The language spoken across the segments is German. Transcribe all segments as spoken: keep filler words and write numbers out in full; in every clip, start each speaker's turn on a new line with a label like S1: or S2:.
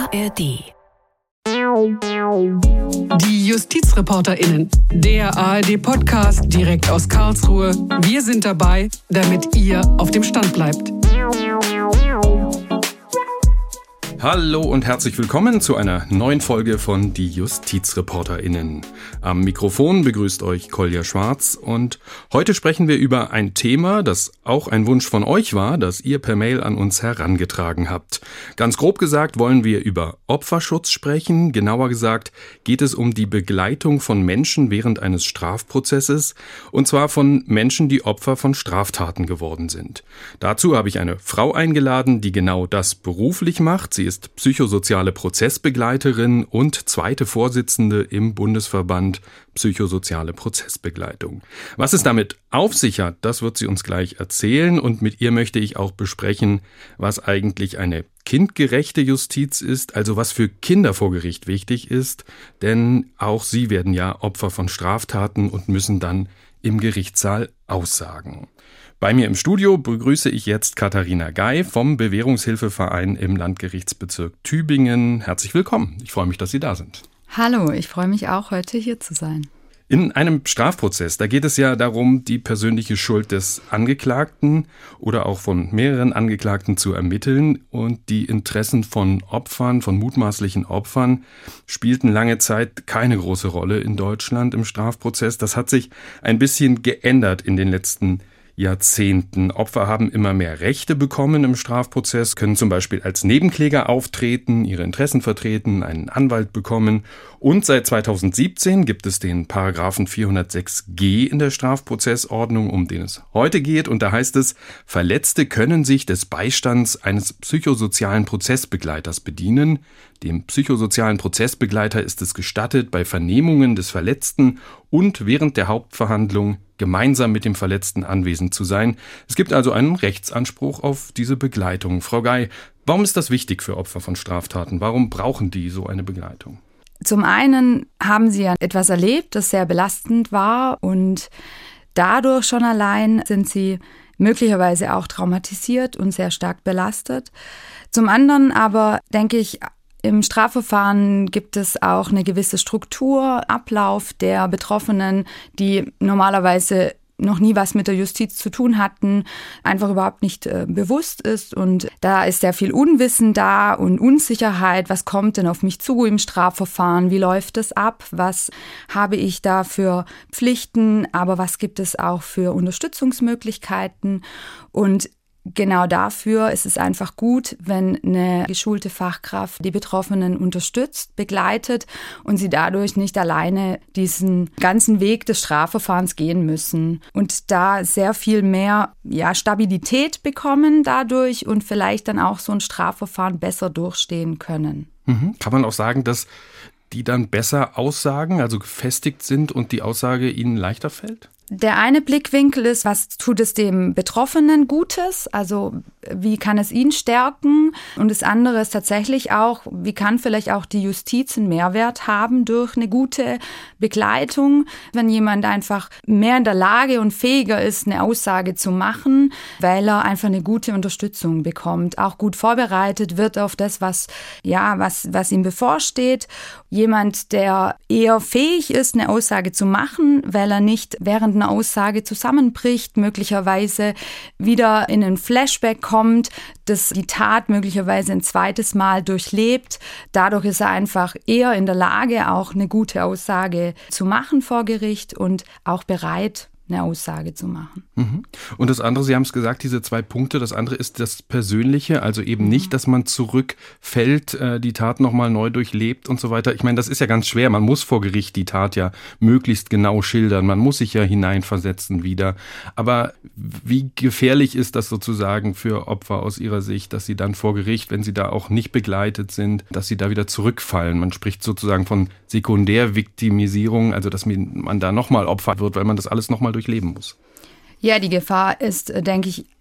S1: A R D.
S2: Die JustizreporterInnen, der A R D-Podcast direkt aus Karlsruhe. Wir sind dabei, damit ihr auf dem Stand bleibt.
S3: Hallo und herzlich willkommen zu einer neuen Folge von Die JustizreporterInnen. Am Mikrofon begrüßt euch Kolja Schwarz und heute sprechen wir über ein Thema, das auch ein Wunsch von euch war, das ihr per Mail an uns herangetragen habt. Ganz grob gesagt wollen wir über Opferschutz sprechen. Genauer gesagt geht es um die Begleitung von Menschen während eines Strafprozesses, und zwar von Menschen, die Opfer von Straftaten geworden sind. Dazu habe ich eine Frau eingeladen, die genau das beruflich macht. Sie ist psychosoziale Prozessbegleiterin und zweite Vorsitzende im Bundesverband Psychosoziale Prozessbegleitung. Was es damit auf sich hat, das wird sie uns gleich erzählen, und mit ihr möchte ich auch besprechen, was eigentlich eine kindgerechte Justiz ist, also was für Kinder vor Gericht wichtig ist, denn auch sie werden ja Opfer von Straftaten und müssen dann im Gerichtssaal aussagen. Bei mir im Studio begrüße ich jetzt Katharina Gey vom Bewährungshilfeverein im Landgerichtsbezirk Tübingen. Herzlich willkommen. Ich freue mich, dass Sie da sind.
S4: Hallo, ich freue mich auch, heute hier zu sein.
S3: In einem Strafprozess, da geht es ja darum, die persönliche Schuld des Angeklagten oder auch von mehreren Angeklagten zu ermitteln, und die Interessen von Opfern, von mutmaßlichen Opfern, spielten lange Zeit keine große Rolle in Deutschland im Strafprozess. Das hat sich ein bisschen geändert in den letzten Jahrzehnten. Opfer haben immer mehr Rechte bekommen im Strafprozess, können zum Beispiel als Nebenkläger auftreten, ihre Interessen vertreten, einen Anwalt bekommen. Und seit zweitausendsiebzehn gibt es den Paragraphen vierhundertsechs G in der Strafprozessordnung, um den es heute geht. Und da heißt es, Verletzte können sich des Beistands eines psychosozialen Prozessbegleiters bedienen. Dem psychosozialen Prozessbegleiter ist es gestattet, bei Vernehmungen des Verletzten und während der Hauptverhandlung gemeinsam mit dem Verletzten anwesend zu sein. Es gibt also einen Rechtsanspruch auf diese Begleitung. Frau Gey, warum ist das wichtig für Opfer von Straftaten? Warum brauchen die so eine Begleitung?
S4: Zum einen haben sie ja etwas erlebt, das sehr belastend war, und dadurch schon allein sind sie möglicherweise auch traumatisiert und sehr stark belastet. Zum anderen aber denke ich, im Strafverfahren gibt es auch eine gewisse Struktur, Ablauf der Betroffenen, die normalerweise noch nie was mit der Justiz zu tun hatten, einfach überhaupt nicht äh, bewusst ist. Und da ist sehr viel Unwissen da und Unsicherheit. Was kommt denn auf mich zu im Strafverfahren? Wie läuft es ab? Was habe ich da für Pflichten? Aber was gibt es auch für Unterstützungsmöglichkeiten? Und genau dafür ist es einfach gut, wenn eine geschulte Fachkraft die Betroffenen unterstützt, begleitet und sie dadurch nicht alleine diesen ganzen Weg des Strafverfahrens gehen müssen und da sehr viel mehr ja, Stabilität bekommen dadurch und vielleicht dann auch so ein Strafverfahren besser durchstehen können.
S3: Mhm. Kann man auch sagen, dass die dann besser aussagen, also gefestigt sind und die Aussage ihnen leichter fällt?
S4: Der eine Blickwinkel ist, was tut es dem Betroffenen Gutes? Also wie kann es ihn stärken? Und das andere ist tatsächlich auch, wie kann vielleicht auch die Justiz einen Mehrwert haben durch eine gute Begleitung, wenn jemand einfach mehr in der Lage und fähiger ist, eine Aussage zu machen, weil er einfach eine gute Unterstützung bekommt, auch gut vorbereitet wird auf das, was, ja, was, was ihm bevorsteht. Jemand, der eher fähig ist, eine Aussage zu machen, weil er nicht während eine Aussage zusammenbricht, möglicherweise wieder in einen Flashback kommt, das die Tat möglicherweise ein zweites Mal durchlebt. Dadurch ist er einfach eher in der Lage, auch eine gute Aussage zu machen vor Gericht und auch bereit, eine Aussage zu machen.
S3: Mhm. Und das andere, Sie haben es gesagt, diese zwei Punkte, das andere ist das Persönliche, also eben nicht, dass man zurückfällt, äh, die Tat nochmal neu durchlebt und so weiter. Ich meine, das ist ja ganz schwer, man muss vor Gericht die Tat ja möglichst genau schildern, man muss sich ja hineinversetzen wieder. Aber wie gefährlich ist das sozusagen für Opfer aus Ihrer Sicht, dass sie dann vor Gericht, wenn sie da auch nicht begleitet sind, dass sie da wieder zurückfallen? Man spricht sozusagen von Sekundärviktimisierung, also dass man da nochmal Opfer wird, weil man das alles nochmal durchleben muss.
S4: Ja, die Gefahr ist, denke ich,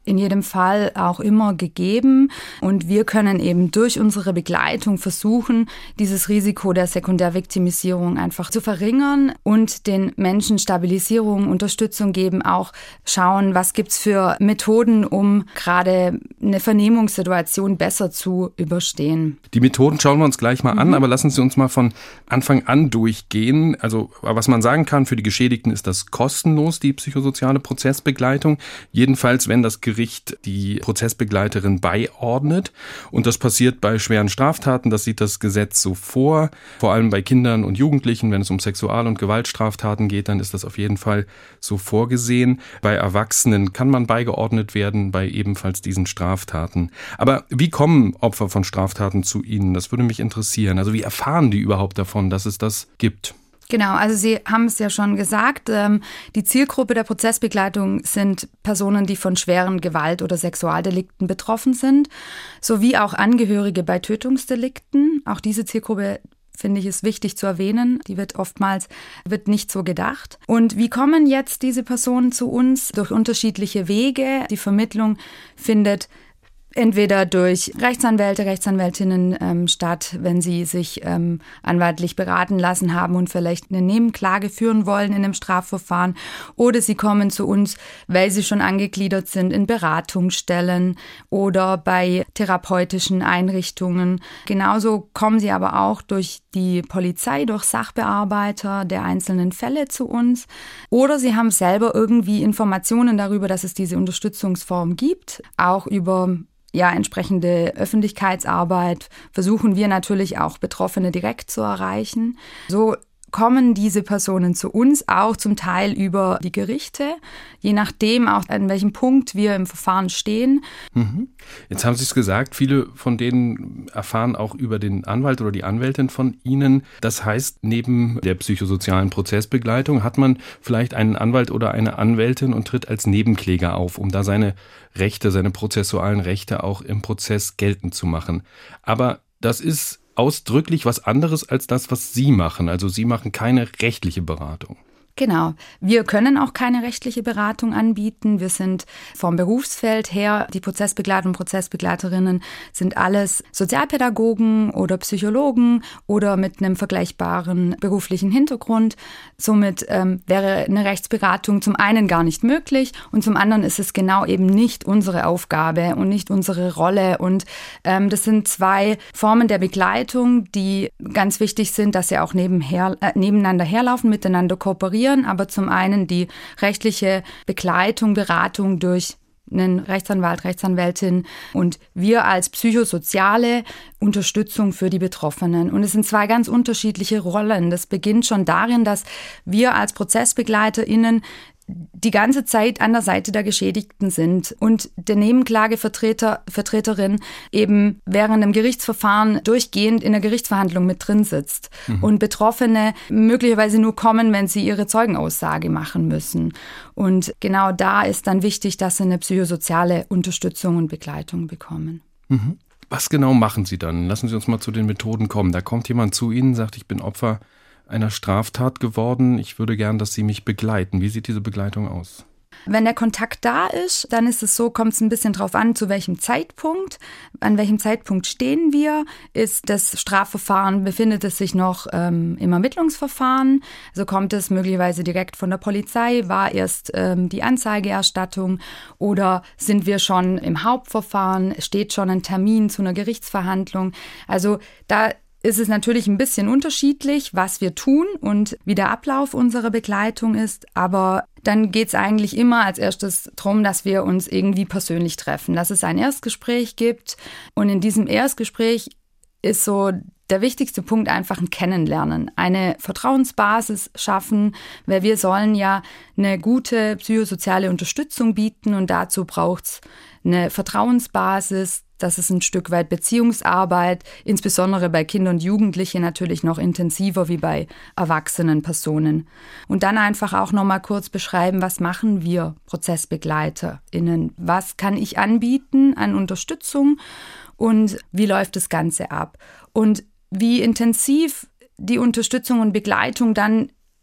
S4: in jedem Fall auch immer gegeben. Und wir können eben durch unsere Begleitung versuchen, dieses Risiko der Sekundärviktimisierung einfach zu verringern und den Menschen Stabilisierung, Unterstützung geben, auch schauen, was gibt's für Methoden, um gerade eine Vernehmungssituation besser zu überstehen.
S3: Die Methoden schauen wir uns gleich mal mhm. an, aber lassen Sie uns mal von Anfang an durchgehen. Also was man sagen kann, für die Geschädigten ist das kostenlos, die psychosoziale Prozessbegleitung. Jedenfalls, wenn das Gericht die Prozessbegleiterin beiordnet. Und das passiert bei schweren Straftaten, das sieht das Gesetz so vor. Vor allem bei Kindern und Jugendlichen, wenn es um Sexual- und Gewaltstraftaten geht, dann ist das auf jeden Fall so vorgesehen. Bei Erwachsenen kann man beigeordnet werden, bei ebenfalls diesen Straftaten. Aber wie kommen Opfer von Straftaten zu Ihnen? Das würde mich interessieren. Also wie erfahren die überhaupt davon, dass es das gibt?
S4: Genau, also Sie haben es ja schon gesagt, ähm, die Zielgruppe der Prozessbegleitung sind Personen, die von schweren Gewalt- oder Sexualdelikten betroffen sind, sowie auch Angehörige bei Tötungsdelikten. Auch diese Zielgruppe finde ich es wichtig zu erwähnen. Die wird oftmals wird nicht so gedacht. Und wie kommen jetzt diese Personen zu uns? Durch unterschiedliche Wege. Die Vermittlung findet entweder durch Rechtsanwälte, Rechtsanwältinnen ähm, statt, wenn sie sich ähm, anwaltlich beraten lassen haben und vielleicht eine Nebenklage führen wollen in einem Strafverfahren. Oder sie kommen zu uns, weil sie schon angegliedert sind in Beratungsstellen oder bei therapeutischen Einrichtungen. Genauso kommen sie aber auch durch die Polizei, durch Sachbearbeiter der einzelnen Fälle zu uns. Oder sie haben selber irgendwie Informationen darüber, dass es diese Unterstützungsform gibt, auch über ja, entsprechende Öffentlichkeitsarbeit versuchen wir natürlich auch Betroffene direkt zu erreichen. So kommen diese Personen zu uns auch zum Teil über die Gerichte, je nachdem auch an welchem Punkt wir im Verfahren stehen.
S3: Mhm. Jetzt haben Sie es gesagt, viele von denen erfahren auch über den Anwalt oder die Anwältin von Ihnen. Das heißt, neben der psychosozialen Prozessbegleitung hat man vielleicht einen Anwalt oder eine Anwältin und tritt als Nebenkläger auf, um da seine Rechte, seine prozessualen Rechte auch im Prozess geltend zu machen. Aber das ist ausdrücklich was anderes als das, was Sie machen. Also Sie machen keine rechtliche Beratung.
S4: Genau. Wir können auch keine rechtliche Beratung anbieten. Wir sind vom Berufsfeld her, die Prozessbegleiter und Prozessbegleiterinnen sind alles Sozialpädagogen oder Psychologen oder mit einem vergleichbaren beruflichen Hintergrund. Somit ähm, wäre eine Rechtsberatung zum einen gar nicht möglich und zum anderen ist es genau eben nicht unsere Aufgabe und nicht unsere Rolle. Und ähm, das sind zwei Formen der Begleitung, die ganz wichtig sind, dass sie auch nebenher, äh, nebeneinander herlaufen, miteinander kooperieren. Aber zum einen die rechtliche Begleitung, Beratung durch einen Rechtsanwalt, Rechtsanwältin und wir als psychosoziale Unterstützung für die Betroffenen. Und es sind zwei ganz unterschiedliche Rollen. Das beginnt schon darin, dass wir als ProzessbegleiterInnen die ganze Zeit an der Seite der Geschädigten sind und der Nebenklagevertreter, Vertreterin eben während dem Gerichtsverfahren durchgehend in der Gerichtsverhandlung mit drin sitzt mhm. und Betroffene möglicherweise nur kommen, wenn sie ihre Zeugenaussage machen müssen. Und genau da ist dann wichtig, dass sie eine psychosoziale Unterstützung und Begleitung bekommen.
S3: Mhm. Was genau machen Sie dann? Lassen Sie uns mal zu den Methoden kommen. Da kommt jemand zu Ihnen, sagt, ich bin Opfer einer Straftat geworden. Ich würde gern, dass Sie mich begleiten. Wie sieht diese Begleitung aus?
S4: Wenn der Kontakt da ist, dann ist es so, kommt es ein bisschen drauf an, zu welchem Zeitpunkt. An welchem Zeitpunkt stehen wir? Ist das Strafverfahren, befindet es sich noch ähm, im Ermittlungsverfahren? Also kommt es möglicherweise direkt von der Polizei? War erst ähm, die Anzeigeerstattung? Oder sind wir schon im Hauptverfahren? Steht schon ein Termin zu einer Gerichtsverhandlung? Also da ist es natürlich ein bisschen unterschiedlich, was wir tun und wie der Ablauf unserer Begleitung ist. Aber dann geht es eigentlich immer als erstes darum, dass wir uns irgendwie persönlich treffen, dass es ein Erstgespräch gibt. Und in diesem Erstgespräch ist so der wichtigste Punkt einfach ein Kennenlernen, eine Vertrauensbasis schaffen, weil wir sollen ja eine gute psychosoziale Unterstützung bieten und dazu braucht es eine Vertrauensbasis. Das ist ein Stück weit Beziehungsarbeit, insbesondere bei Kindern und Jugendlichen natürlich noch intensiver wie bei erwachsenen Personen. Und dann einfach auch nochmal kurz beschreiben, was machen wir ProzessbegleiterInnen? Was kann ich anbieten an Unterstützung und wie läuft das Ganze ab? Und wie intensiv die Unterstützung und Begleitung dann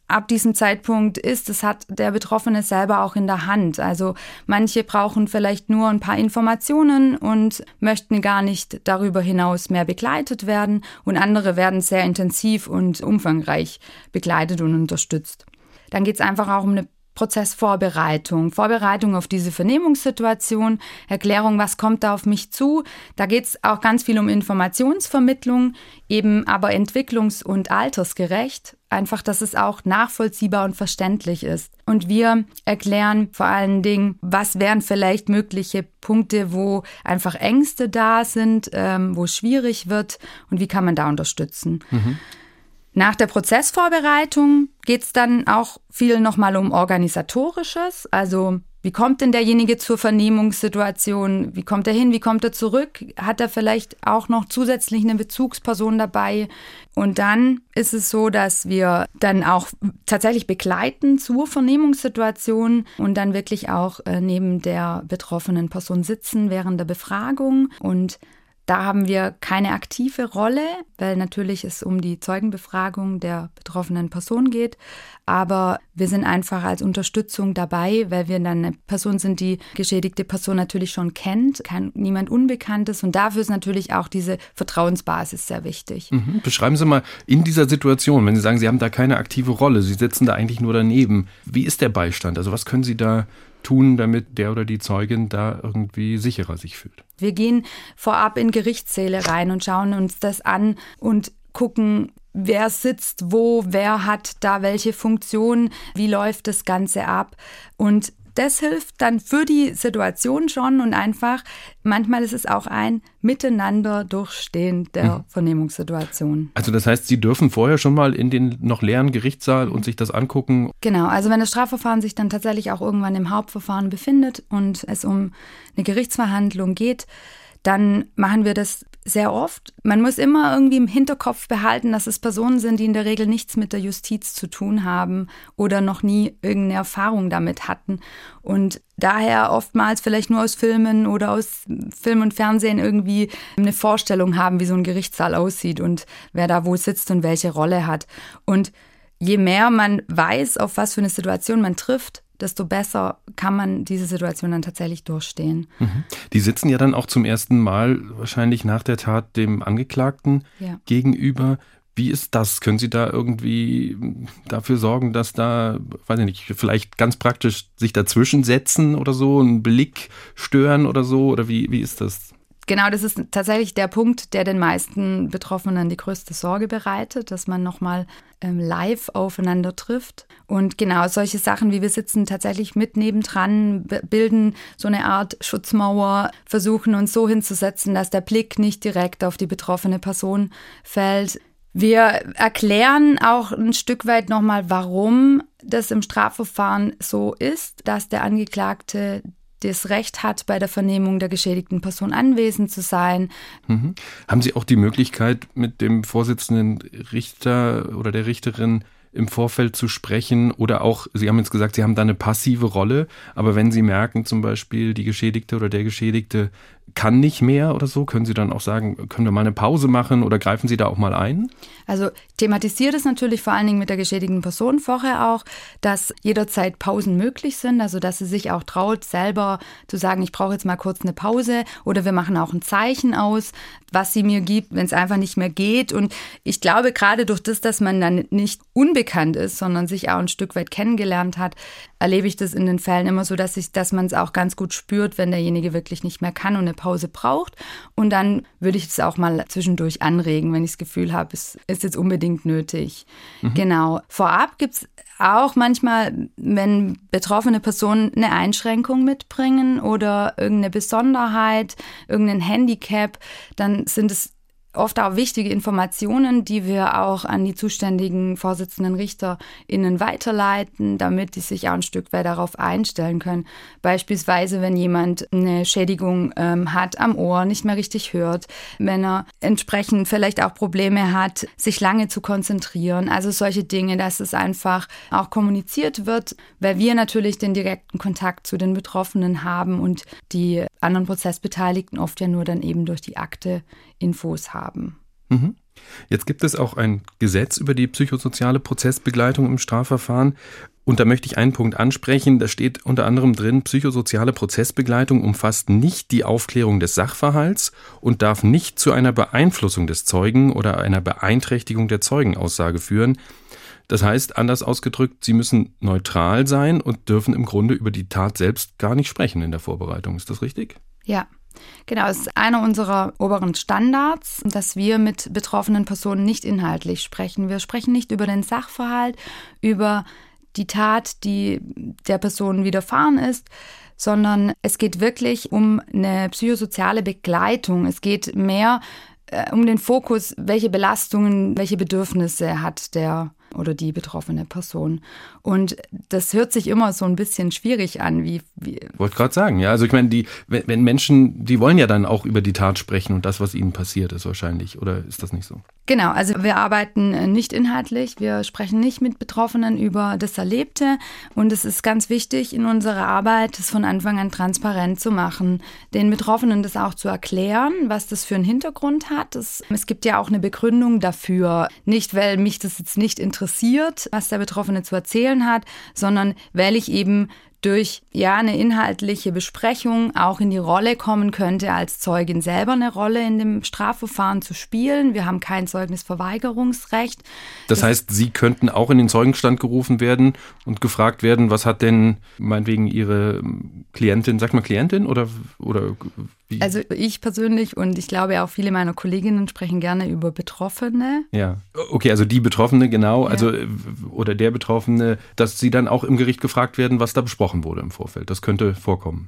S4: ab diesem Zeitpunkt ist, das hat der Betroffene selber auch in der Hand. Also manche brauchen vielleicht nur ein paar Informationen und möchten gar nicht darüber hinaus mehr begleitet werden und andere werden sehr intensiv und umfangreich begleitet und unterstützt. Dann geht es einfach auch um eine Prozessvorbereitung, Vorbereitung auf diese Vernehmungssituation, Erklärung, was kommt da auf mich zu. Da geht es auch ganz viel um Informationsvermittlung, eben aber entwicklungs- und altersgerecht. Einfach, dass es auch nachvollziehbar und verständlich ist. Und wir erklären vor allen Dingen, was wären vielleicht mögliche Punkte, wo einfach Ängste da sind, ähm, wo es schwierig wird und wie kann man da unterstützen. Mhm. Nach der Prozessvorbereitung geht es dann auch viel nochmal um Organisatorisches, also wie kommt denn derjenige zur Vernehmungssituation, wie kommt er hin, wie kommt er zurück, hat er vielleicht auch noch zusätzlich eine Bezugsperson dabei und dann ist es so, dass wir dann auch tatsächlich begleiten zur Vernehmungssituation und dann wirklich auch äh, neben der betroffenen Person sitzen während der Befragung und da haben wir keine aktive Rolle, weil natürlich es um die Zeugenbefragung der betroffenen Person geht. Aber wir sind einfach als Unterstützung dabei, weil wir dann eine Person sind, die geschädigte Person natürlich schon kennt, kein, niemand Unbekanntes. Und dafür ist natürlich auch diese Vertrauensbasis sehr wichtig.
S3: Mhm. Beschreiben Sie mal in dieser Situation, wenn Sie sagen, Sie haben da keine aktive Rolle, Sie sitzen da eigentlich nur daneben. Wie ist der Beistand? Also was können Sie da tun, damit der oder die Zeugin da irgendwie sicherer sich fühlt?
S4: Wir gehen vorab in Gerichtssäle rein und schauen uns das an und gucken, wer sitzt wo, wer hat da welche Funktion, wie läuft das Ganze ab. Und das hilft dann für die Situation schon und einfach, manchmal ist es auch ein Miteinander durchstehen der mhm. Vernehmungssituation.
S3: Also das heißt, Sie dürfen vorher schon mal in den noch leeren Gerichtssaal und sich das angucken?
S4: Genau, also wenn das Strafverfahren sich dann tatsächlich auch irgendwann im Hauptverfahren befindet und es um eine Gerichtsverhandlung geht, dann machen wir das sehr oft. Man muss immer irgendwie im Hinterkopf behalten, dass es Personen sind, die in der Regel nichts mit der Justiz zu tun haben oder noch nie irgendeine Erfahrung damit hatten und daher oftmals vielleicht nur aus Filmen oder aus Film und Fernsehen irgendwie eine Vorstellung haben, wie so ein Gerichtssaal aussieht und wer da wo sitzt und welche Rolle hat. Und je mehr man weiß, auf was für eine Situation man trifft, desto besser kann man diese Situation dann tatsächlich durchstehen.
S3: Mhm. Die sitzen ja dann auch zum ersten Mal wahrscheinlich nach der Tat dem Angeklagten ja. gegenüber. Wie ist das? Können Sie da irgendwie dafür sorgen, dass da, weiß ich nicht, vielleicht ganz praktisch sich dazwischen setzen oder so, einen Blick stören oder so? Oder wie, wie ist das?
S4: Genau, das ist tatsächlich der Punkt, der den meisten Betroffenen die größte Sorge bereitet, dass man nochmal ähm, live aufeinander trifft. Und genau solche Sachen, wie wir sitzen tatsächlich mit nebendran, bilden so eine Art Schutzmauer, versuchen uns so hinzusetzen, dass der Blick nicht direkt auf die betroffene Person fällt. Wir erklären auch ein Stück weit nochmal, warum das im Strafverfahren so ist, dass der Angeklagte das Recht hat, bei der Vernehmung der geschädigten Person anwesend zu sein.
S3: Mhm. Haben Sie auch die Möglichkeit, mit dem Vorsitzenden Richter oder der Richterin im Vorfeld zu sprechen oder auch, Sie haben jetzt gesagt, Sie haben da eine passive Rolle, aber wenn Sie merken zum Beispiel, die Geschädigte oder der Geschädigte kann nicht mehr oder so, können Sie dann auch sagen, können wir mal eine Pause machen oder greifen Sie da auch mal ein?
S4: Also thematisiert es natürlich vor allen Dingen mit der geschädigten Person vorher auch, dass jederzeit Pausen möglich sind, also dass sie sich auch traut, selber zu sagen, ich brauche jetzt mal kurz eine Pause oder wir machen auch ein Zeichen aus, was sie mir gibt, wenn es einfach nicht mehr geht. Und ich glaube, gerade durch das, dass man dann nicht unbekannt ist, sondern sich auch ein Stück weit kennengelernt hat, erlebe ich das in den Fällen immer so, dass ich, dass man es auch ganz gut spürt, wenn derjenige wirklich nicht mehr kann und eine Pause braucht. Und dann würde ich es auch mal zwischendurch anregen, wenn ich das Gefühl habe, es ist jetzt unbedingt nötig. Mhm. Genau. Vorab gibt es auch manchmal, wenn betroffene Personen eine Einschränkung mitbringen oder irgendeine Besonderheit, irgendein Handicap, dann sind es oft auch wichtige Informationen, die wir auch an die zuständigen Vorsitzenden RichterInnen weiterleiten, damit die sich auch ein Stück weit darauf einstellen können. Beispielsweise, wenn jemand eine Schädigung ähm, hat am Ohr, nicht mehr richtig hört, wenn er entsprechend vielleicht auch Probleme hat, sich lange zu konzentrieren. Also solche Dinge, dass es einfach auch kommuniziert wird, weil wir natürlich den direkten Kontakt zu den Betroffenen haben und die anderen Prozessbeteiligten oft ja nur dann eben durch die Akte Infos haben.
S3: Mhm. Jetzt gibt es auch ein Gesetz über die psychosoziale Prozessbegleitung im Strafverfahren. Und da möchte ich einen Punkt ansprechen. Da steht unter anderem drin, psychosoziale Prozessbegleitung umfasst nicht die Aufklärung des Sachverhalts und darf nicht zu einer Beeinflussung des Zeugen oder einer Beeinträchtigung der Zeugenaussage führen. Das heißt, anders ausgedrückt, Sie müssen neutral sein und dürfen im Grunde über die Tat selbst gar nicht sprechen in der Vorbereitung. Ist das richtig?
S4: Ja. Genau, es ist einer unserer oberen Standards, dass wir mit betroffenen Personen nicht inhaltlich sprechen. Wir sprechen nicht über den Sachverhalt, über die Tat, die der Person widerfahren ist, sondern es geht wirklich um eine psychosoziale Begleitung. Es geht mehr äh, um den Fokus, welche Belastungen, welche Bedürfnisse hat der oder die betroffene Person. Und das hört sich immer so ein bisschen schwierig an. Wie, wie
S3: ich wollte gerade sagen, ja, also ich meine, die, wenn Menschen, die wollen ja dann auch über die Tat sprechen und das, was ihnen passiert ist wahrscheinlich, oder ist das nicht so?
S4: Genau, also wir arbeiten nicht inhaltlich, wir sprechen nicht mit Betroffenen über das Erlebte und es ist ganz wichtig in unserer Arbeit, das von Anfang an transparent zu machen, den Betroffenen das auch zu erklären, was das für einen Hintergrund hat. Es, es gibt ja auch eine Begründung dafür, nicht weil mich das jetzt nicht interessiert, was der Betroffene zu erzählen hat, sondern weil ich eben durch ja eine inhaltliche Besprechung auch in die Rolle kommen könnte, als Zeugin selber eine Rolle in dem Strafverfahren zu spielen. Wir haben kein Zeugnisverweigerungsrecht.
S3: Das, das heißt, Sie könnten auch in den Zeugenstand gerufen werden und gefragt werden, was hat denn meinetwegen Ihre Klientin, sagt man Klientin oder, oder wie?
S4: Also ich persönlich und ich glaube auch viele meiner Kolleginnen sprechen gerne über Betroffene.
S3: Ja, okay, also die Betroffene, genau, ja. Also oder der Betroffene, dass sie dann auch im Gericht gefragt werden, was da besprochen wurde im Vorfeld. Das könnte vorkommen.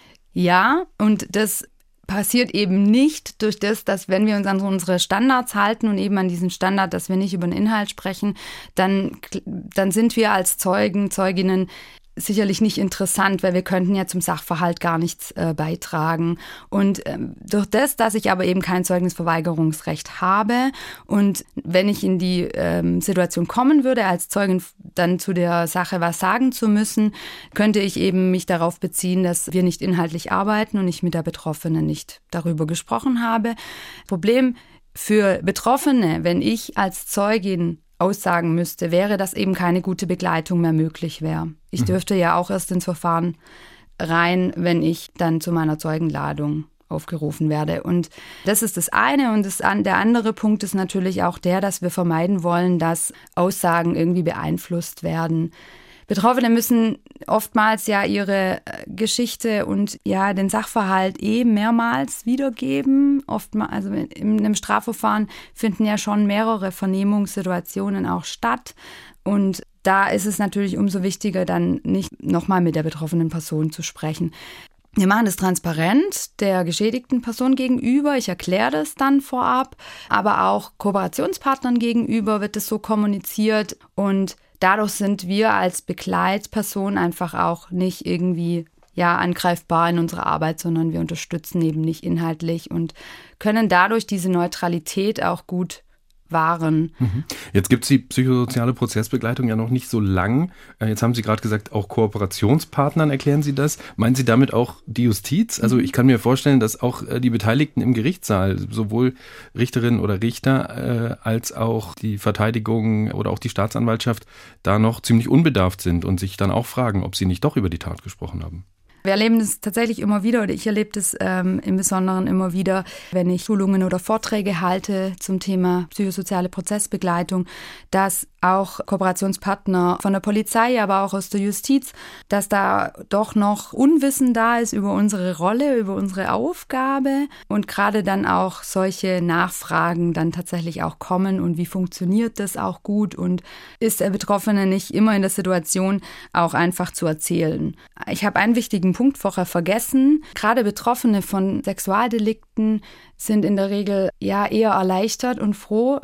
S4: Ja, und das passiert eben nicht durch das, dass wenn wir uns an unsere Standards halten und eben an diesen Standard, dass wir nicht über den Inhalt sprechen, dann, dann sind wir als Zeugen, Zeuginnen sicherlich nicht interessant, weil wir könnten ja zum Sachverhalt gar nichts äh, beitragen. Und ähm, durch das, dass ich aber eben kein Zeugnisverweigerungsrecht habe und wenn ich in die ähm, Situation kommen würde, als Zeugin dann zu der Sache was sagen zu müssen, könnte ich eben mich darauf beziehen, dass wir nicht inhaltlich arbeiten und ich mit der Betroffenen nicht darüber gesprochen habe. Problem für Betroffene, wenn ich als Zeugin aussagen müsste, wäre, dass eben keine gute Begleitung mehr möglich wäre. Ich dürfte ja auch erst ins Verfahren rein, wenn ich dann zu meiner Zeugenladung aufgerufen werde. Und das ist das eine. Und das, der andere Punkt ist natürlich auch der, dass wir vermeiden wollen, dass Aussagen irgendwie beeinflusst werden. Betroffene müssen oftmals ja ihre Geschichte und ja den Sachverhalt eh mehrmals wiedergeben. Oftmals, also in einem Strafverfahren finden ja schon mehrere Vernehmungssituationen auch statt. Und da ist es natürlich umso wichtiger, dann nicht nochmal mit der betroffenen Person zu sprechen. Wir machen das transparent der geschädigten Person gegenüber. Ich erkläre das dann vorab. Aber auch Kooperationspartnern gegenüber wird es so kommuniziert und dadurch sind wir als Begleitperson einfach auch nicht irgendwie ja, angreifbar in unserer Arbeit, sondern wir unterstützen eben nicht inhaltlich und können dadurch diese Neutralität auch gut wahren.
S3: Jetzt gibt es die psychosoziale Prozessbegleitung ja noch nicht so lang. Jetzt haben Sie gerade gesagt, auch Kooperationspartnern, erklären Sie das. Meinen Sie damit auch die Justiz? Also ich kann mir vorstellen, dass auch die Beteiligten im Gerichtssaal, sowohl Richterinnen oder Richter äh, als auch die Verteidigung oder auch die Staatsanwaltschaft da noch ziemlich unbedarft sind und sich dann auch fragen, ob sie nicht doch über die Tat gesprochen haben.
S4: Wir erleben das tatsächlich immer wieder oder ich erlebe das ähm, im Besonderen immer wieder, wenn ich Schulungen oder Vorträge halte zum Thema psychosoziale Prozessbegleitung, dass auch Kooperationspartner von der Polizei, aber auch aus der Justiz, dass da doch noch Unwissen da ist über unsere Rolle, über unsere Aufgabe und gerade dann auch solche Nachfragen dann tatsächlich auch kommen und wie funktioniert das auch gut und ist der Betroffene nicht immer in der Situation, auch einfach zu erzählen. Ich habe einen wichtigen Punkt vorher vergessen. Gerade Betroffene von Sexualdelikten sind in der Regel ja eher erleichtert und froh,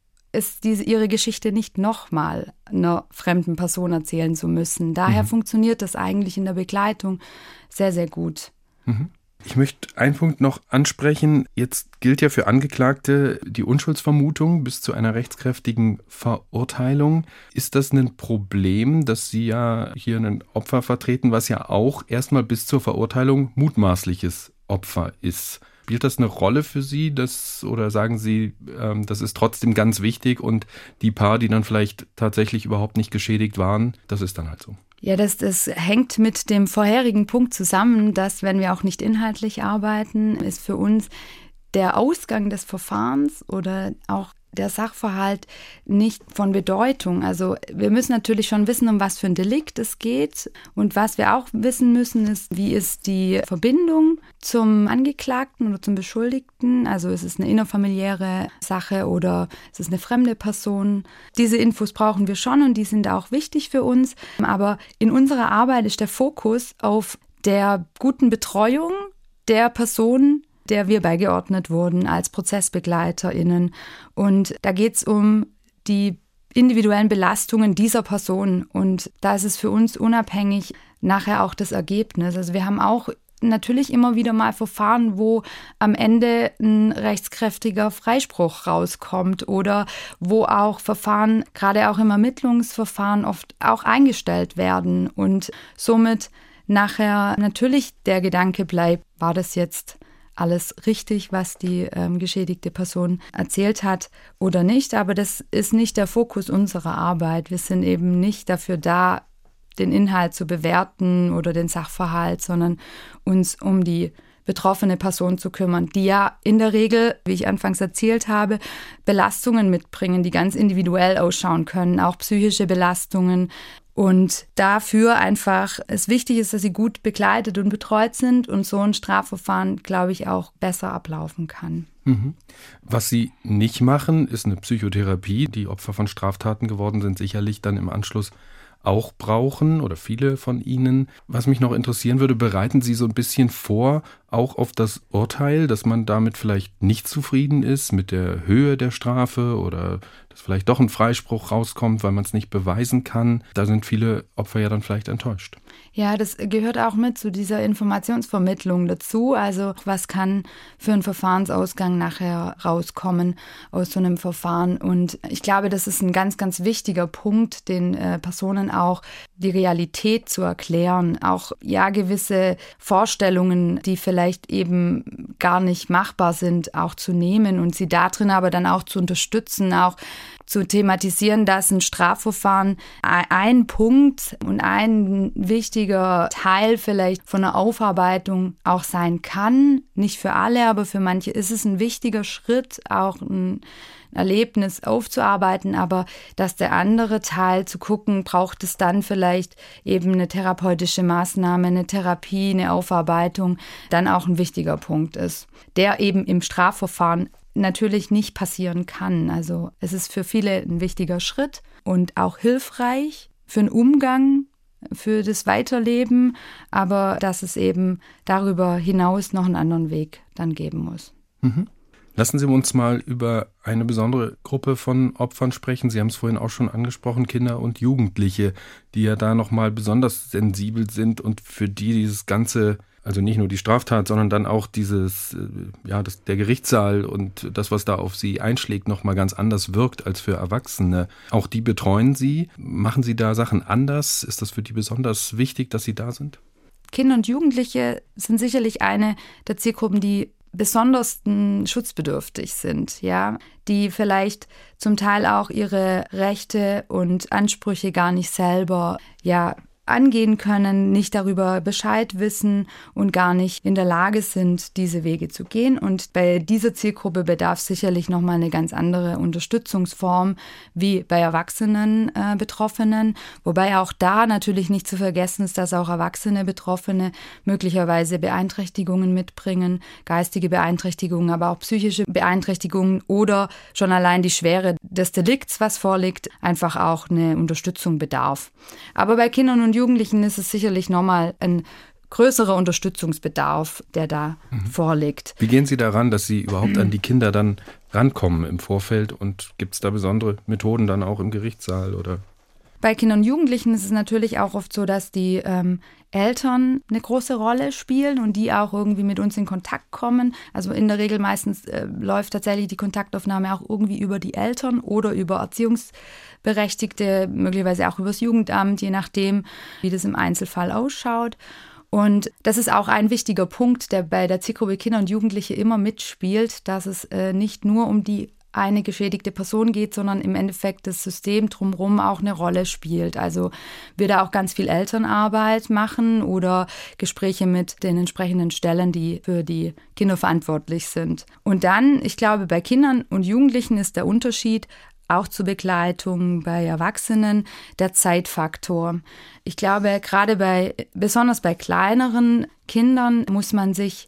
S4: ist diese, ihre Geschichte nicht nochmal einer fremden Person erzählen zu müssen. Daher mhm. funktioniert das eigentlich in der Begleitung sehr, sehr gut.
S3: Mhm. Ich möchte einen Punkt noch ansprechen. Jetzt gilt ja für Angeklagte die Unschuldsvermutung bis zu einer rechtskräftigen Verurteilung. Ist das ein Problem, dass Sie ja hier ein Opfer vertreten, was ja auch erstmal bis zur Verurteilung mutmaßliches Opfer ist? Spielt das eine Rolle für Sie, das, oder sagen Sie, ähm, das ist trotzdem ganz wichtig und die paar, die dann vielleicht tatsächlich überhaupt nicht geschädigt waren, das ist dann halt so?
S4: Ja, das, das hängt mit dem vorherigen Punkt zusammen, dass, wenn wir auch nicht inhaltlich arbeiten, ist für uns der Ausgang des Verfahrens oder auch der Sachverhalt nicht von Bedeutung. Also wir müssen natürlich schon wissen, um was für ein Delikt es geht. Und was wir auch wissen müssen, ist, wie ist die Verbindung zum Angeklagten oder zum Beschuldigten. Also ist es eine innerfamiliäre Sache oder ist es eine fremde Person. Diese Infos brauchen wir schon und die sind auch wichtig für uns. Aber in unserer Arbeit ist der Fokus auf der guten Betreuung der Person, der wir beigeordnet wurden als ProzessbegleiterInnen. Und da geht es um die individuellen Belastungen dieser Person. Und da ist es für uns unabhängig nachher auch das Ergebnis. Also wir haben auch natürlich immer wieder mal Verfahren, wo am Ende ein rechtskräftiger Freispruch rauskommt oder wo auch Verfahren, gerade auch im Ermittlungsverfahren, oft auch eingestellt werden. Und somit nachher natürlich der Gedanke bleibt, war das jetzt alles richtig, was die ähm, geschädigte Person erzählt hat oder nicht. Aber das ist nicht der Fokus unserer Arbeit. Wir sind eben nicht dafür da, den Inhalt zu bewerten oder den Sachverhalt, sondern uns um die betroffene Person zu kümmern, die ja in der Regel, wie ich anfangs erzählt habe, Belastungen mitbringen, die ganz individuell ausschauen können, auch psychische Belastungen. Und dafür einfach es wichtig ist, dass sie gut begleitet und betreut sind und so ein Strafverfahren, glaube ich, auch besser ablaufen kann.
S3: Mhm. Was Sie nicht machen, ist eine Psychotherapie. Die Opfer von Straftaten geworden sind, sicherlich dann im Anschluss auch brauchen oder viele von Ihnen. Was mich noch interessieren würde, bereiten Sie so ein bisschen vor, auch auf das Urteil, dass man damit vielleicht nicht zufrieden ist mit der Höhe der Strafe oder dass vielleicht doch ein Freispruch rauskommt, weil man es nicht beweisen kann. Da sind viele Opfer ja dann vielleicht enttäuscht.
S4: Ja, das gehört auch mit zu dieser Informationsvermittlung dazu. Also was kann für einen Verfahrensausgang nachher rauskommen aus so einem Verfahren? Und ich glaube, das ist ein ganz, ganz wichtiger Punkt, den äh, Personen auch die Realität zu erklären. Auch ja gewisse Vorstellungen, die vielleicht eben gar nicht machbar sind, auch zu nehmen und sie darin aber dann auch zu unterstützen, auch zu thematisieren, dass ein Strafverfahren ein Punkt und ein wichtiger Teil vielleicht von einer Aufarbeitung auch sein kann. Nicht für alle, aber für manche ist es ein wichtiger Schritt, auch ein Erlebnis aufzuarbeiten, aber dass der andere Teil zu gucken, braucht es dann vielleicht eben eine therapeutische Maßnahme, eine Therapie, eine Aufarbeitung, dann auch ein wichtiger Punkt ist, der eben im Strafverfahren natürlich nicht passieren kann. Also es ist für viele ein wichtiger Schritt und auch hilfreich für den Umgang, für das Weiterleben, aber dass es eben darüber hinaus noch einen anderen Weg dann geben muss.
S3: Mhm. Lassen Sie uns mal über eine besondere Gruppe von Opfern sprechen. Sie haben es vorhin auch schon angesprochen, Kinder und Jugendliche, die ja da nochmal besonders sensibel sind und für die dieses ganze, also nicht nur die Straftat, sondern dann auch dieses, ja, das, der Gerichtssaal und das, was da auf sie einschlägt, nochmal ganz anders wirkt als für Erwachsene. Auch die betreuen Sie. Machen Sie da Sachen anders? Ist das für die besonders wichtig, dass Sie da sind?
S4: Kinder und Jugendliche sind sicherlich eine der Zielgruppen, die besonders schutzbedürftig sind, ja, die vielleicht zum Teil auch ihre Rechte und Ansprüche gar nicht selber, ja, angehen können, nicht darüber Bescheid wissen und gar nicht in der Lage sind, diese Wege zu gehen. Und bei dieser Zielgruppe bedarf sicherlich nochmal eine ganz andere Unterstützungsform wie bei erwachsenen äh, Betroffenen. Wobei auch da natürlich nicht zu vergessen ist, dass auch erwachsene Betroffene möglicherweise Beeinträchtigungen mitbringen, geistige Beeinträchtigungen, aber auch psychische Beeinträchtigungen oder schon allein die Schwere des Delikts, was vorliegt, einfach auch eine Unterstützung bedarf. Aber bei Kindern und Jugendlichen ist es sicherlich nochmal ein größerer Unterstützungsbedarf, der da mhm. vorliegt.
S3: Wie gehen Sie daran, dass Sie überhaupt an die Kinder dann rankommen im Vorfeld und gibt es da besondere Methoden dann auch im Gerichtssaal oder?
S4: Bei Kindern und Jugendlichen ist es natürlich auch oft so, dass die ähm, Eltern eine große Rolle spielen und die auch irgendwie mit uns in Kontakt kommen. Also in der Regel meistens äh, läuft tatsächlich die Kontaktaufnahme auch irgendwie über die Eltern oder über Erziehungsberechtigte, möglicherweise auch über das Jugendamt, je nachdem, wie das im Einzelfall ausschaut. Und das ist auch ein wichtiger Punkt, der bei der Zielgruppe Kinder und Jugendliche immer mitspielt, dass es äh, nicht nur um die eine geschädigte Person geht, sondern im Endeffekt das System drumherum auch eine Rolle spielt. Also wir da auch ganz viel Elternarbeit machen oder Gespräche mit den entsprechenden Stellen, die für die Kinder verantwortlich sind. Und dann, ich glaube, bei Kindern und Jugendlichen ist der Unterschied auch zur Begleitung bei Erwachsenen der Zeitfaktor. Ich glaube, gerade bei, besonders bei kleineren Kindern muss man sich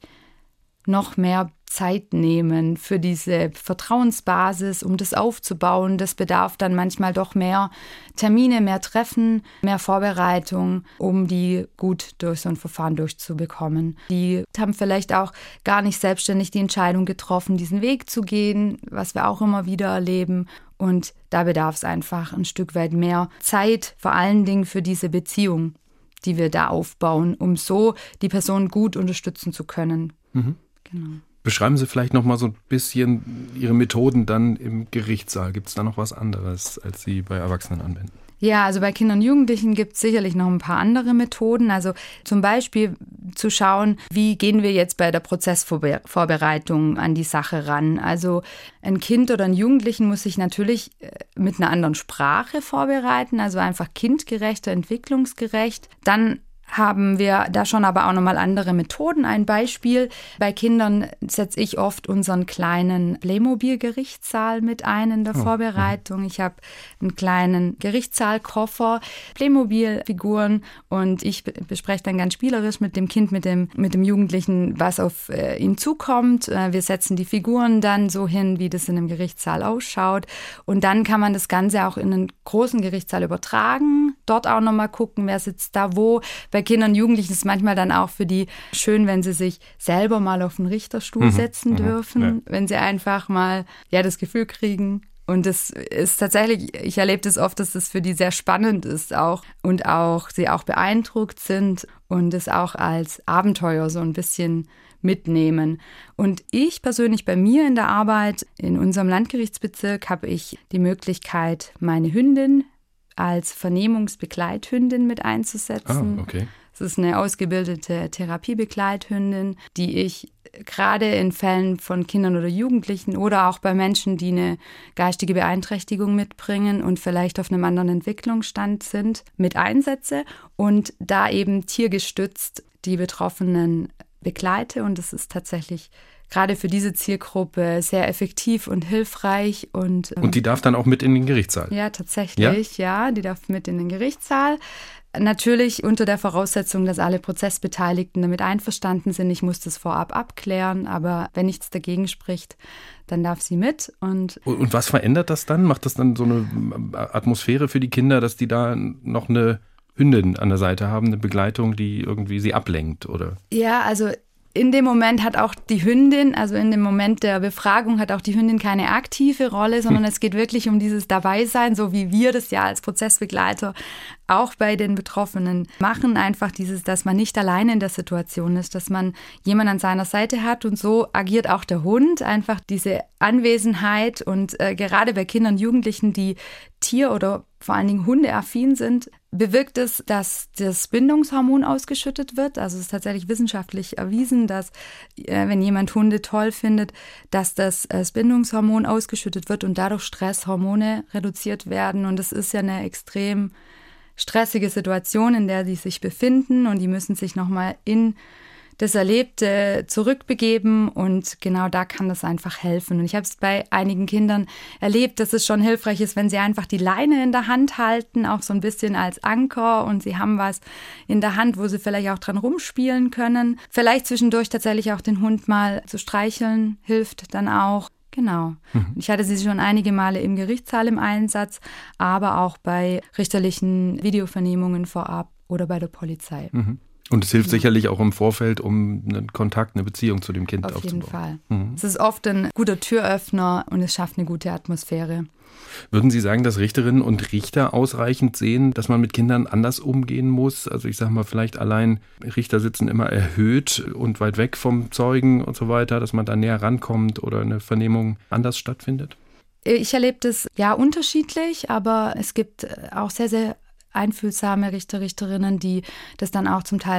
S4: noch mehr Zeit nehmen für diese Vertrauensbasis, um das aufzubauen. Das bedarf dann manchmal doch mehr Termine, mehr Treffen, mehr Vorbereitung, um die gut durch so ein Verfahren durchzubekommen. Die haben vielleicht auch gar nicht selbstständig die Entscheidung getroffen, diesen Weg zu gehen, was wir auch immer wieder erleben. Und da bedarf es einfach ein Stück weit mehr Zeit, vor allen Dingen für diese Beziehung, die wir da aufbauen, um so die Person gut unterstützen zu können.
S3: Mhm.
S4: Genau.
S3: Beschreiben Sie vielleicht noch mal so ein bisschen Ihre Methoden dann im Gerichtssaal. Gibt es da noch was anderes, als Sie bei Erwachsenen anwenden?
S4: Ja, also bei Kindern und Jugendlichen gibt es sicherlich noch ein paar andere Methoden. Also zum Beispiel zu schauen, wie gehen wir jetzt bei der Prozessvorbereitung an die Sache ran. Also ein Kind oder ein Jugendlichen muss sich natürlich mit einer anderen Sprache vorbereiten, also einfach kindgerechter, entwicklungsgerecht. Dann haben wir da schon aber auch nochmal andere Methoden. Ein Beispiel, bei Kindern setze ich oft unseren kleinen Playmobil-Gerichtssaal mit ein in der oh. Vorbereitung. Ich habe einen kleinen Gerichtssaalkoffer, Playmobil-Figuren und ich bespreche dann ganz spielerisch mit dem Kind, mit dem, mit dem Jugendlichen, was auf äh, ihn zukommt. Äh, wir setzen die Figuren dann so hin, wie das in einem Gerichtssaal ausschaut. Und dann kann man das Ganze auch in einen großen Gerichtssaal übertragen. Dort auch nochmal gucken, wer sitzt da wo. Bei Kindern und Jugendlichen ist es manchmal dann auch für die schön, wenn sie sich selber mal auf den Richterstuhl mhm. setzen dürfen, ja. wenn sie einfach mal ja das Gefühl kriegen. Und das ist tatsächlich, ich erlebe das oft, dass das für die sehr spannend ist auch und auch sie auch beeindruckt sind und es auch als Abenteuer so ein bisschen mitnehmen. Und ich persönlich bei mir in der Arbeit in unserem Landgerichtsbezirk habe ich die Möglichkeit, meine Hündin als Vernehmungsbegleithündin mit einzusetzen.
S3: Ah, okay.
S4: Das ist eine ausgebildete Therapiebegleithündin, die ich gerade in Fällen von Kindern oder Jugendlichen oder auch bei Menschen, die eine geistige Beeinträchtigung mitbringen und vielleicht auf einem anderen Entwicklungsstand sind, mit einsetze und da eben tiergestützt die Betroffenen begleite. Und das ist tatsächlich gerade für diese Zielgruppe sehr effektiv und hilfreich. Und,
S3: und die darf dann auch mit in den Gerichtssaal?
S4: Ja, tatsächlich, ja, ja die darf mit in den Gerichtssaal. Natürlich unter der Voraussetzung, dass alle Prozessbeteiligten damit einverstanden sind. Ich muss das vorab abklären, aber wenn nichts dagegen spricht, dann darf sie mit. Und,
S3: und was verändert das dann? Macht das dann so eine Atmosphäre für die Kinder, dass die da noch eine Hündin an der Seite haben, eine Begleitung, die irgendwie sie ablenkt, oder?
S4: Ja, also in dem Moment hat auch die Hündin, also in dem Moment der Befragung hat auch die Hündin keine aktive Rolle, sondern es geht wirklich um dieses Dabeisein, so wie wir das ja als Prozessbegleiter auch bei den Betroffenen machen. Einfach dieses, dass man nicht alleine in der Situation ist, dass man jemanden an seiner Seite hat und so agiert auch der Hund. Einfach diese Anwesenheit und äh, gerade bei Kindern und Jugendlichen, die Tier- oder vor allen Dingen hundeaffin sind, bewirkt es, dass das Bindungshormon ausgeschüttet wird. Also es ist tatsächlich wissenschaftlich erwiesen, dass äh, wenn jemand Hunde toll findet, dass das, äh, das Bindungshormon ausgeschüttet wird und dadurch Stresshormone reduziert werden. Und es ist ja eine extrem stressige Situation, in der sie sich befinden und die müssen sich nochmal in das Erlebte zurückbegeben und genau da kann das einfach helfen. Und ich habe es bei einigen Kindern erlebt, dass es schon hilfreich ist, wenn sie einfach die Leine in der Hand halten, auch so ein bisschen als Anker und sie haben was in der Hand, wo sie vielleicht auch dran rumspielen können. Vielleicht zwischendurch tatsächlich auch den Hund mal zu streicheln, hilft dann auch. Genau. Mhm. Ich hatte sie schon einige Male im Gerichtssaal im Einsatz, aber auch bei richterlichen Videovernehmungen vorab oder bei der Polizei.
S3: Mhm. Und es hilft ja. sicherlich auch im Vorfeld, um einen Kontakt, eine Beziehung zu dem Kind
S4: Auf
S3: aufzubauen.
S4: Auf jeden Fall.
S3: Mhm.
S4: Es ist oft ein guter Türöffner und es schafft eine gute Atmosphäre.
S3: Würden Sie sagen, dass Richterinnen und Richter ausreichend sehen, dass man mit Kindern anders umgehen muss? Also ich sage mal, vielleicht allein Richter sitzen immer erhöht und weit weg vom Zeugen und so weiter, dass man da näher rankommt oder eine Vernehmung anders stattfindet?
S4: Ich erlebe das ja unterschiedlich, aber es gibt auch sehr, sehr einfühlsame Richter, Richterinnen, die das dann auch zum Teil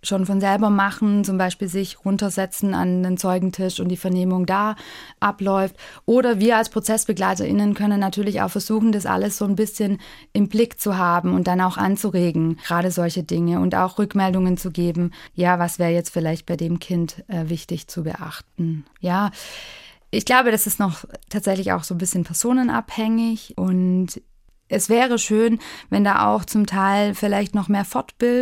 S4: schon von selber machen, zum Beispiel sich runtersetzen an den Zeugentisch und die Vernehmung da abläuft. Oder wir als ProzessbegleiterInnen können natürlich auch versuchen, das alles so ein bisschen im Blick zu haben und dann auch anzuregen, gerade solche Dinge und auch Rückmeldungen zu geben. Ja, was wäre jetzt vielleicht bei dem Kind äh, wichtig zu beachten? Ja, ich glaube, das ist noch tatsächlich auch so ein bisschen personenabhängig und es wäre schön, wenn da auch zum Teil vielleicht noch mehr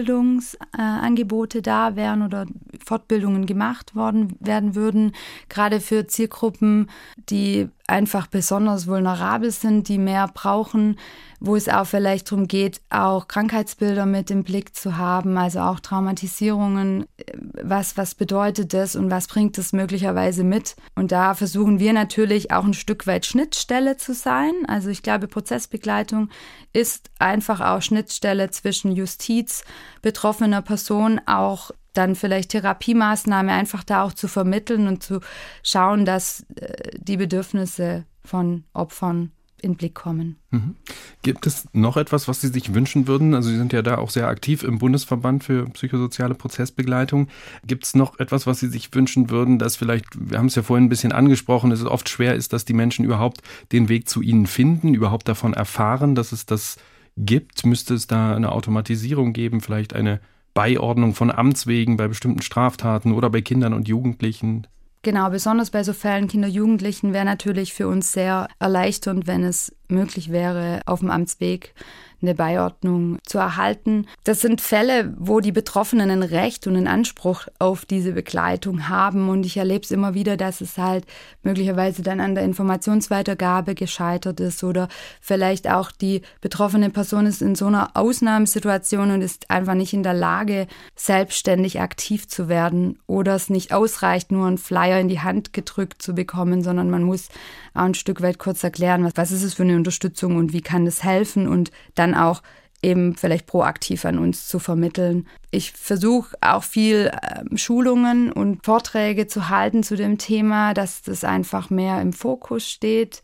S4: Fortbildungsangebote äh, da wären oder Fortbildungen gemacht worden werden würden, gerade für Zielgruppen, die einfach besonders vulnerabel sind, die mehr brauchen, wo es auch vielleicht darum geht, auch Krankheitsbilder mit im Blick zu haben, also auch Traumatisierungen, was, was bedeutet das und was bringt das möglicherweise mit? Und da versuchen wir natürlich auch ein Stück weit Schnittstelle zu sein. Also ich glaube, Prozessbegleitung ist einfach auch Schnittstelle zwischen Justiz, betroffener Person, auch dann vielleicht Therapiemaßnahme einfach da auch zu vermitteln und zu schauen, dass äh, die Bedürfnisse von Opfern in den Blick kommen.
S3: Mhm. Gibt es noch etwas, was Sie sich wünschen würden? Also Sie sind ja da auch sehr aktiv im Bundesverband für psychosoziale Prozessbegleitung. Gibt es noch etwas, was Sie sich wünschen würden, dass vielleicht, wir haben es ja vorhin ein bisschen angesprochen, dass es oft schwer ist, dass die Menschen überhaupt den Weg zu Ihnen finden, überhaupt davon erfahren, dass es das gibt? Müsste es da eine Automatisierung geben, vielleicht eine Beiordnung von Amtswegen bei bestimmten Straftaten oder bei Kindern und Jugendlichen?
S4: Genau, besonders bei so Fällen Kinder und Jugendlichen wäre natürlich für uns sehr erleichternd, wenn es möglich wäre, auf dem Amtsweg eine Beiordnung zu erhalten. Das sind Fälle, wo die Betroffenen ein Recht und einen Anspruch auf diese Begleitung haben. Und ich erlebe es immer wieder, dass es halt möglicherweise dann an der Informationsweitergabe gescheitert ist oder vielleicht auch die betroffene Person ist in so einer Ausnahmesituation und ist einfach nicht in der Lage, selbstständig aktiv zu werden oder es nicht ausreicht, nur einen Flyer in die Hand gedrückt zu bekommen, sondern man muss auch ein Stück weit kurz erklären, was, was ist es für eine Unterstützung und wie kann das helfen und dann auch eben vielleicht proaktiv an uns zu vermitteln. Ich versuche auch viel äh, Schulungen und Vorträge zu halten zu dem Thema, dass das einfach mehr im Fokus steht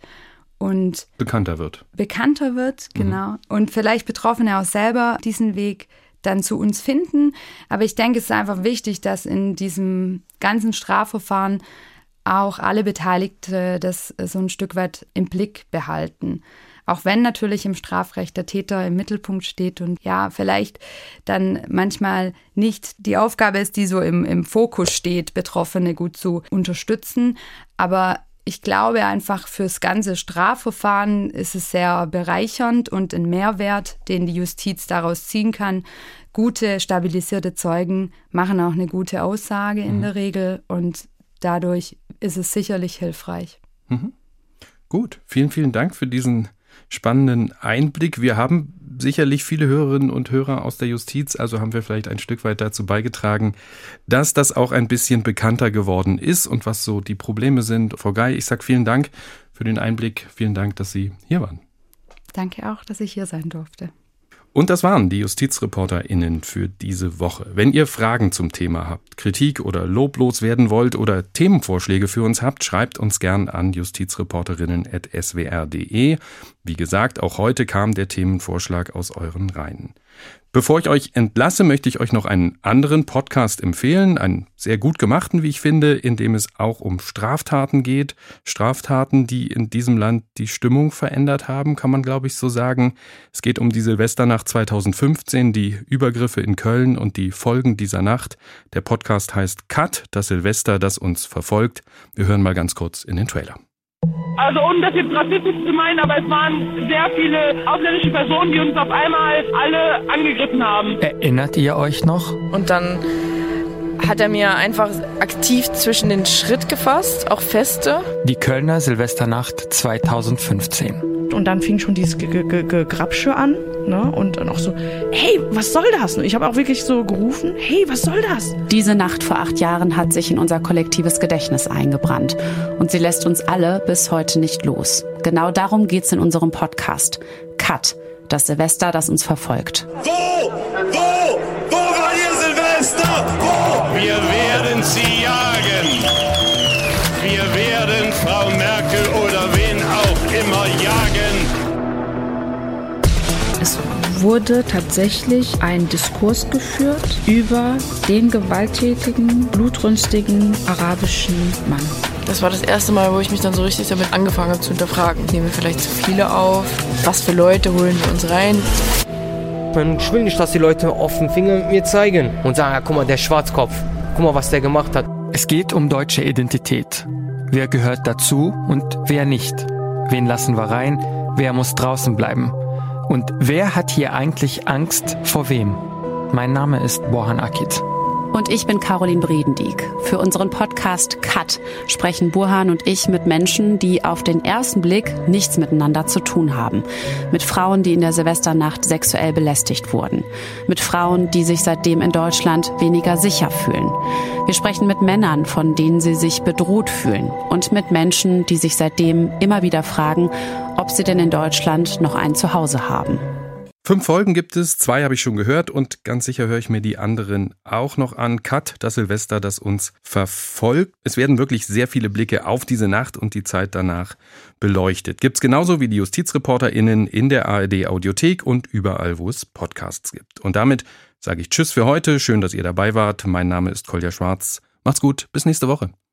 S4: und
S3: bekannter wird.
S4: Bekannter wird, genau. Mhm. Und vielleicht Betroffene auch selber diesen Weg dann zu uns finden. Aber ich denke, es ist einfach wichtig, dass in diesem ganzen Strafverfahren auch alle Beteiligten das so ein Stück weit im Blick behalten. Auch wenn natürlich im Strafrecht der Täter im Mittelpunkt steht und ja, vielleicht dann manchmal nicht die Aufgabe ist, die so im, im Fokus steht, Betroffene gut zu unterstützen. Aber ich glaube einfach, fürs ganze Strafverfahren ist es sehr bereichernd und ein Mehrwert, den die Justiz daraus ziehen kann. Gute, stabilisierte Zeugen machen auch eine gute Aussage in mhm. der Regel und dadurch ist es sicherlich hilfreich.
S3: Mhm. Gut, vielen, vielen Dank für diesen spannenden Einblick. Wir haben sicherlich viele Hörerinnen und Hörer aus der Justiz, also haben wir vielleicht ein Stück weit dazu beigetragen, dass das auch ein bisschen bekannter geworden ist und was so die Probleme sind. Frau Gey, ich sage vielen Dank für den Einblick. Vielen Dank, dass Sie hier waren.
S4: Danke auch, dass ich hier sein durfte.
S3: Und das waren die JustizreporterInnen für diese Woche. Wenn ihr Fragen zum Thema habt, Kritik oder Lob loswerden wollt oder Themenvorschläge für uns habt, schreibt uns gern an justizreporterinnen at s w r punkt d e. Wie gesagt, auch heute kam der Themenvorschlag aus euren Reihen. Bevor ich euch entlasse, möchte ich euch noch einen anderen Podcast empfehlen, einen sehr gut gemachten, wie ich finde, in dem es auch um Straftaten geht. Straftaten, die in diesem Land die Stimmung verändert haben, kann man, glaube ich, so sagen. Es geht um die Silvesternacht zweitausendfünfzehn, die Übergriffe in Köln und die Folgen dieser Nacht. Der Podcast heißt Cut, das Silvester, das uns verfolgt. Wir hören mal ganz kurz in den Trailer.
S1: Also ohne das jetzt rassistisch zu meinen, aber es waren sehr viele ausländische Personen, die uns auf einmal alle angegriffen haben.
S5: Erinnert ihr euch noch?
S6: Und dann hat er mir einfach aktiv zwischen den Schritt gefasst, auch feste.
S5: Die Kölner Silvesternacht zweitausendfünfzehn.
S7: Und dann fing schon dieses Gegrapsche an, ne? Und dann auch so, hey, was soll das? Und ich habe auch wirklich so gerufen, hey, was soll das?
S8: Diese Nacht vor acht Jahren hat sich in unser kollektives Gedächtnis eingebrannt. Und sie lässt uns alle bis heute nicht los. Genau darum geht's in unserem Podcast. Cut, das Silvester, das uns verfolgt.
S9: Wo? Wo? Wo war ihr Silvester? Wo?
S10: Wir werden sie jagen. Wir werden Frau Merkel oder wen auch immer jagen.
S11: Es wurde tatsächlich ein Diskurs geführt über den gewalttätigen, blutrünstigen arabischen Mann.
S6: Das war das erste Mal, wo ich mich dann so richtig damit angefangen habe zu hinterfragen. Nehmen wir vielleicht zu viele auf? Was für Leute holen wir uns rein?
S12: Ich will nicht, dass die Leute auf den Finger mir zeigen und sagen, ja, guck mal, der Schwarzkopf, guck mal, was der gemacht hat.
S5: Es geht um deutsche Identität. Wer gehört dazu und wer nicht? Wen lassen wir rein? Wer muss draußen bleiben? Und wer hat hier eigentlich Angst vor wem? Mein Name ist Burhan Akit.
S8: Und ich bin Caroline Bredendieck. Für unseren Podcast Cut sprechen Burhan und ich mit Menschen, die auf den ersten Blick nichts miteinander zu tun haben. Mit Frauen, die in der Silvesternacht sexuell belästigt wurden. Mit Frauen, die sich seitdem in Deutschland weniger sicher fühlen. Wir sprechen mit Männern, von denen sie sich bedroht fühlen. Und mit Menschen, die sich seitdem immer wieder fragen, ob sie denn in Deutschland noch ein Zuhause haben.
S3: Fünf Folgen gibt es, zwei habe ich schon gehört und ganz sicher höre ich mir die anderen auch noch an. Cut, das Silvester, das uns verfolgt. Es werden wirklich sehr viele Blicke auf diese Nacht und die Zeit danach beleuchtet. Gibt's genauso wie die JustizreporterInnen in der A R D Audiothek und überall, wo es Podcasts gibt. Und damit sage ich Tschüss für heute. Schön, dass ihr dabei wart. Mein Name ist Kolja Schwarz. Macht's gut, bis nächste Woche.